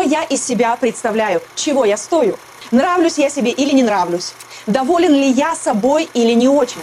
Что я из себя представляю? Чего я стою? Нравлюсь я себе или не нравлюсь? Доволен ли я собой или не очень?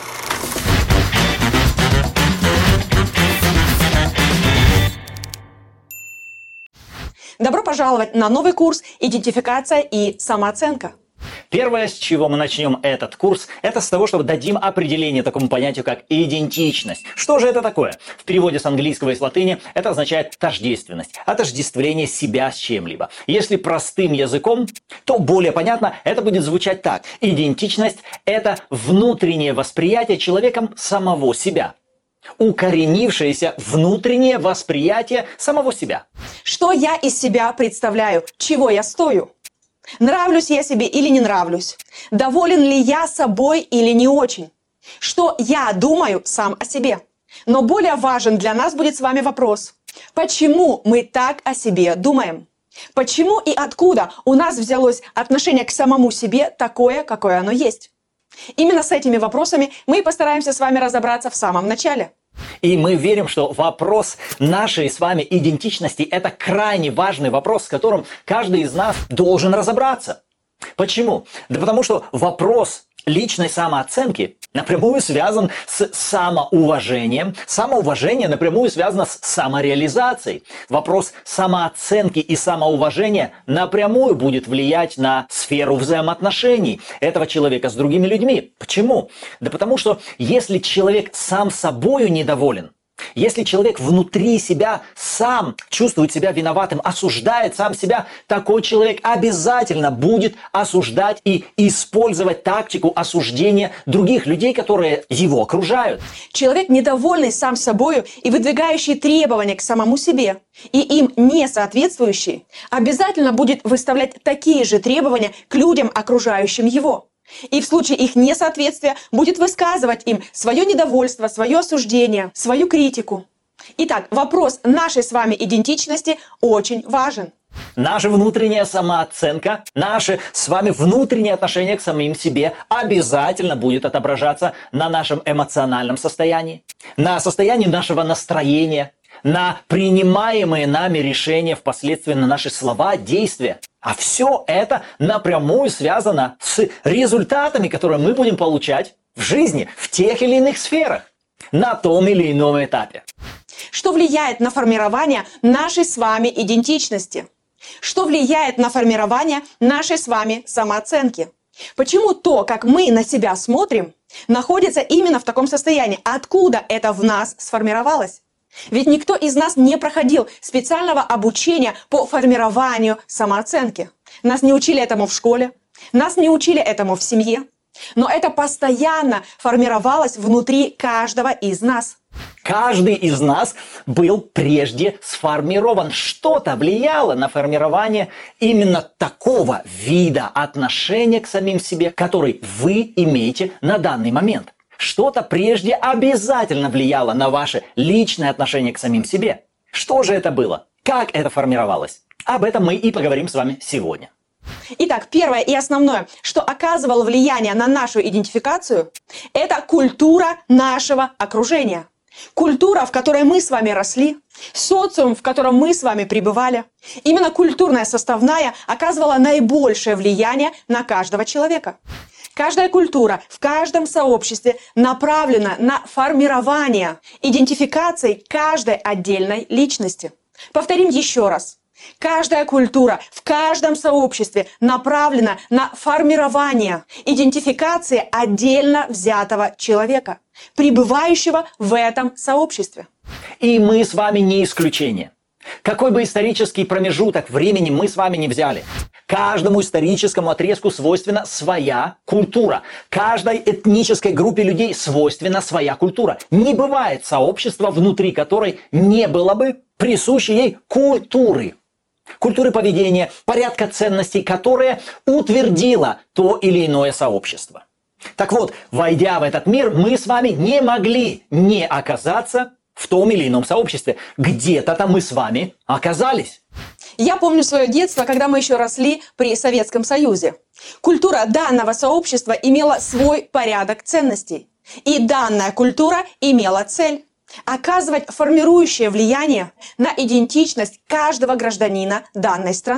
Добро пожаловать на новый курс «Идентификация и самооценка». Первое, с чего мы начнем этот курс, это с того, что дадим определение такому понятию, как идентичность. Что же это такое? В переводе с английского и с латыни это означает тождественность, отождествление себя с чем-либо. Если простым языком, то более понятно, это будет звучать так. Идентичность – это внутреннее восприятие человеком самого себя. Укоренившееся внутреннее восприятие самого себя. Что я из себя представляю? Чего я стою? Нравлюсь я себе или не нравлюсь? Доволен ли я собой или не очень? Что я думаю сам о себе? Но более важен для нас будет с вами вопрос. Почему мы так о себе думаем? Почему и откуда у нас взялось отношение к самому себе такое, какое оно есть? Именно с этими вопросами мы и постараемся с вами разобраться в самом начале. И мы верим, что вопрос нашей с вами идентичности – это крайне важный вопрос, с которым каждый из нас должен разобраться. Почему? Да потому что вопрос личной самооценки напрямую связан с самоуважением. Самоуважение напрямую связано с самореализацией. Вопрос самооценки и самоуважения напрямую будет влиять на сферу взаимоотношений этого человека с другими людьми. Почему? Да потому что если человек сам собою недоволен, если человек внутри себя сам чувствует себя виноватым, осуждает сам себя, такой человек обязательно будет осуждать и использовать тактику осуждения других людей, которые его окружают. Человек, недовольный сам собою и выдвигающий требования к самому себе, и им не соответствующий, обязательно будет выставлять такие же требования к людям, окружающим его. И в случае их несоответствия будет высказывать им свое недовольство, свое осуждение, свою критику. Итак, вопрос нашей с вами идентичности очень важен. Наша внутренняя самооценка, наше с вами внутреннее отношение к самим себе обязательно будет отображаться на нашем эмоциональном состоянии, на состоянии нашего настроения, на принимаемые нами решения, впоследствии на наши слова, действия. А все это напрямую связано с результатами, которые мы будем получать в жизни, в тех или иных сферах, на том или ином этапе. Что влияет на формирование нашей с вами идентичности? Что влияет на формирование нашей с вами самооценки? Почему то, как мы на себя смотрим, находится именно в таком состоянии? Откуда это в нас сформировалось? Ведь никто из нас не проходил специального обучения по формированию самооценки. Нас не учили этому в школе, нас не учили этому в семье. Но это постоянно формировалось внутри каждого из нас. Каждый из нас был прежде сформирован. Что-то влияло на формирование именно такого вида отношения к самим себе, который вы имеете на данный момент. Что-то прежде обязательно влияло на ваше личное отношение к самим себе. Что же это было? Как это формировалось? Об этом мы и поговорим с вами сегодня. Итак, первое и основное, что оказывало влияние на нашу идентификацию, это культура нашего окружения. Культура, в которой мы с вами росли, социум, в котором мы с вами пребывали. Именно культурная составная оказывала наибольшее влияние на каждого человека. Каждая культура в каждом сообществе направлена на формирование идентификации каждой отдельной личности. Повторим еще раз. Каждая культура в каждом сообществе направлена на формирование идентификации отдельно взятого человека, пребывающего в этом сообществе. И мы с вами не исключение. Какой бы исторический промежуток времени мы с вами не взяли, каждому историческому отрезку свойственна своя культура. Каждой этнической группе людей свойственна своя культура. Не бывает сообщества, внутри которой не было бы присущей ей культуры. Культуры поведения, порядка ценностей, которая утвердила то или иное сообщество. Так вот, войдя в этот мир, мы с вами не могли не оказаться в том или ином сообществе. Где-то там мы с вами оказались. Я помню свое детство, когда мы еще росли при Советском Союзе. Культура данного сообщества имела свой порядок ценностей. И данная культура имела цель оказывать формирующее влияние на идентичность каждого гражданина данной страны.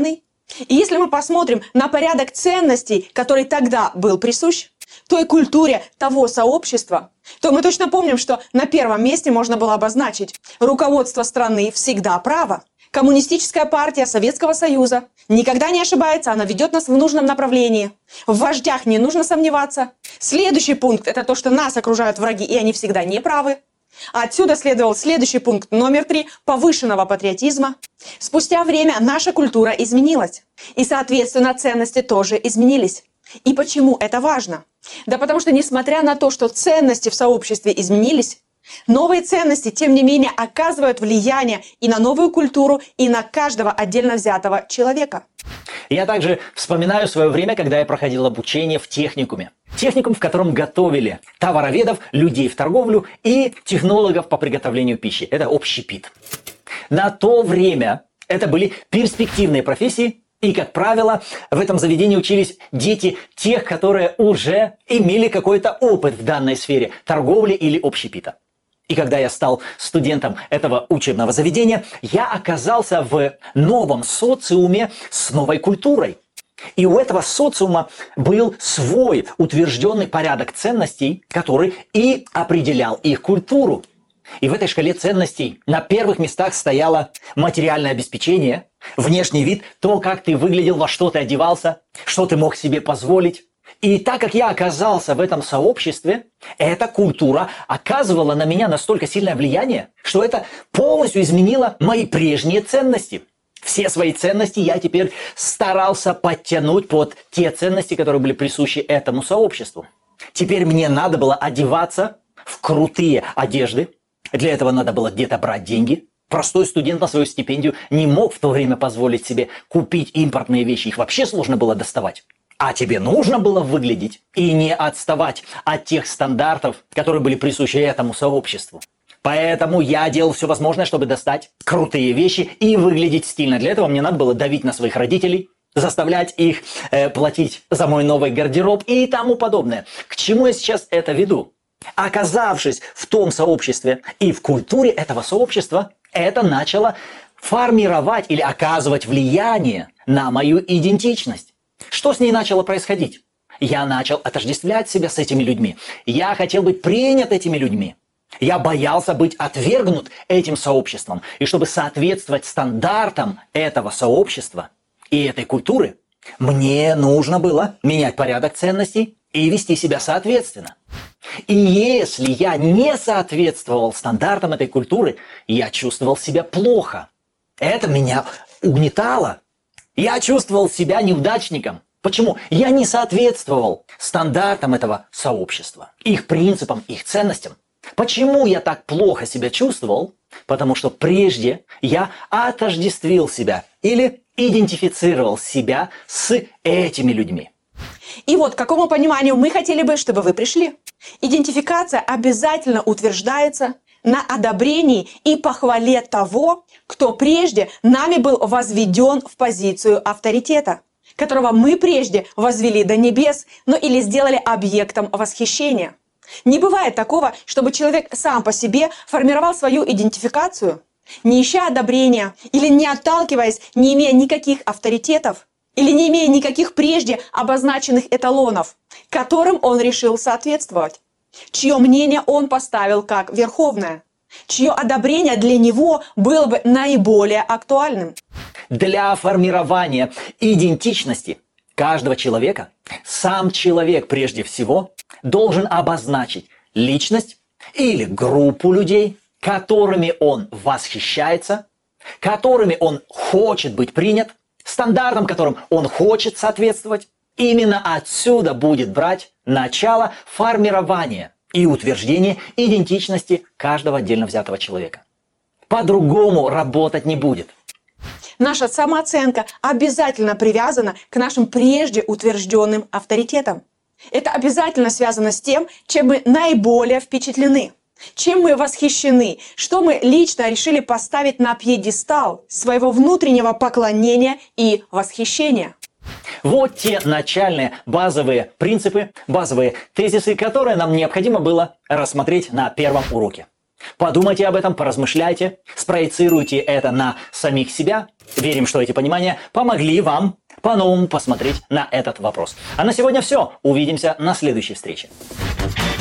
И если мы посмотрим на порядок ценностей, который тогда был присущ той культуре того сообщества, то мы точно помним, что на первом месте можно было обозначить: руководство страны всегда право. Коммунистическая партия Советского Союза никогда не ошибается, она ведет нас в нужном направлении. В вождях не нужно сомневаться. Следующий пункт – это то, что нас окружают враги, и они всегда не правы. Отсюда следовал следующий пункт номер 3 – повышенного патриотизма. Спустя время наша культура изменилась, и, соответственно, ценности тоже изменились. И почему это важно? Да потому что, несмотря на то, что ценности в сообществе изменились, новые ценности, тем не менее, оказывают влияние и на новую культуру, и на каждого отдельно взятого человека. Я также вспоминаю свое время, когда я проходил обучение в техникуме. Техникум, в котором готовили товароведов, людей в торговлю и технологов по приготовлению пищи. Это общепит. На то время это были перспективные профессии, и, как правило, в этом заведении учились дети тех, которые уже имели какой-то опыт в данной сфере торговли или общепита. И когда я стал студентом этого учебного заведения, я оказался в новом социуме с новой культурой. И у этого социума был свой утвержденный порядок ценностей, который и определял их культуру. И в этой шкале ценностей на первых местах стояло материальное обеспечение, внешний вид, то, как ты выглядел, во что ты одевался, что ты мог себе позволить. И так как я оказался в этом сообществе, эта культура оказывала на меня настолько сильное влияние, что это полностью изменило мои прежние ценности. Все свои ценности я теперь старался подтянуть под те ценности, которые были присущи этому сообществу. Теперь мне надо было одеваться в крутые одежды. Для этого надо было где-то брать деньги. Простой студент на свою стипендию не мог в то время позволить себе купить импортные вещи. Их вообще сложно было доставать. А тебе нужно было выглядеть и не отставать от тех стандартов, которые были присущи этому сообществу. Поэтому я делал все возможное, чтобы достать крутые вещи и выглядеть стильно. Для этого мне надо было давить на своих родителей, заставлять их платить за мой новый гардероб и тому подобное. К чему я сейчас это веду? Оказавшись в том сообществе и в культуре этого сообщества, это начало формировать или оказывать влияние на мою идентичность. Что с ней начало происходить? Я начал отождествлять себя с этими людьми. Я хотел быть принят этими людьми. Я боялся быть отвергнут этим сообществом. И чтобы соответствовать стандартам этого сообщества и этой культуры, мне нужно было менять порядок ценностей и вести себя соответственно. И если я не соответствовал стандартам этой культуры, я чувствовал себя плохо. Это меня угнетало. Я чувствовал себя неудачником. Почему? Я не соответствовал стандартам этого сообщества, их принципам, их ценностям. Почему я так плохо себя чувствовал? Потому что прежде я отождествил себя или идентифицировал себя с этими людьми. И вот к какому пониманию мы хотели бы, чтобы вы пришли. Идентификация обязательно утверждается на одобрении и похвале того, кто прежде нами был возведен в позицию авторитета, которого мы прежде возвели до небес, но или сделали объектом восхищения. Не бывает такого, чтобы человек сам по себе формировал свою идентификацию, не ища одобрения или не отталкиваясь, не имея никаких авторитетов, или не имея никаких прежде обозначенных эталонов, которым он решил соответствовать, чье мнение он поставил как верховное, чье одобрение для него было бы наиболее актуальным. Для формирования идентичности каждого человека сам человек прежде всего должен обозначить личность или группу людей, которыми он восхищается, которыми он хочет быть принят, стандартам, которым он хочет соответствовать. Именно отсюда будет брать начало формирования и утверждения идентичности каждого отдельно взятого человека. По-другому работать не будет. Наша самооценка обязательно привязана к нашим прежде утвержденным авторитетам. Это обязательно связано с тем, чем мы наиболее впечатлены, чем мы восхищены, что мы лично решили поставить на пьедестал своего внутреннего поклонения и восхищения. Вот те начальные базовые принципы, базовые тезисы, которые нам необходимо было рассмотреть на первом уроке. Подумайте об этом, поразмышляйте, спроецируйте это на самих себя. Верим, что эти понимания помогли вам по-новому посмотреть на этот вопрос. А на сегодня все. Увидимся на следующей встрече.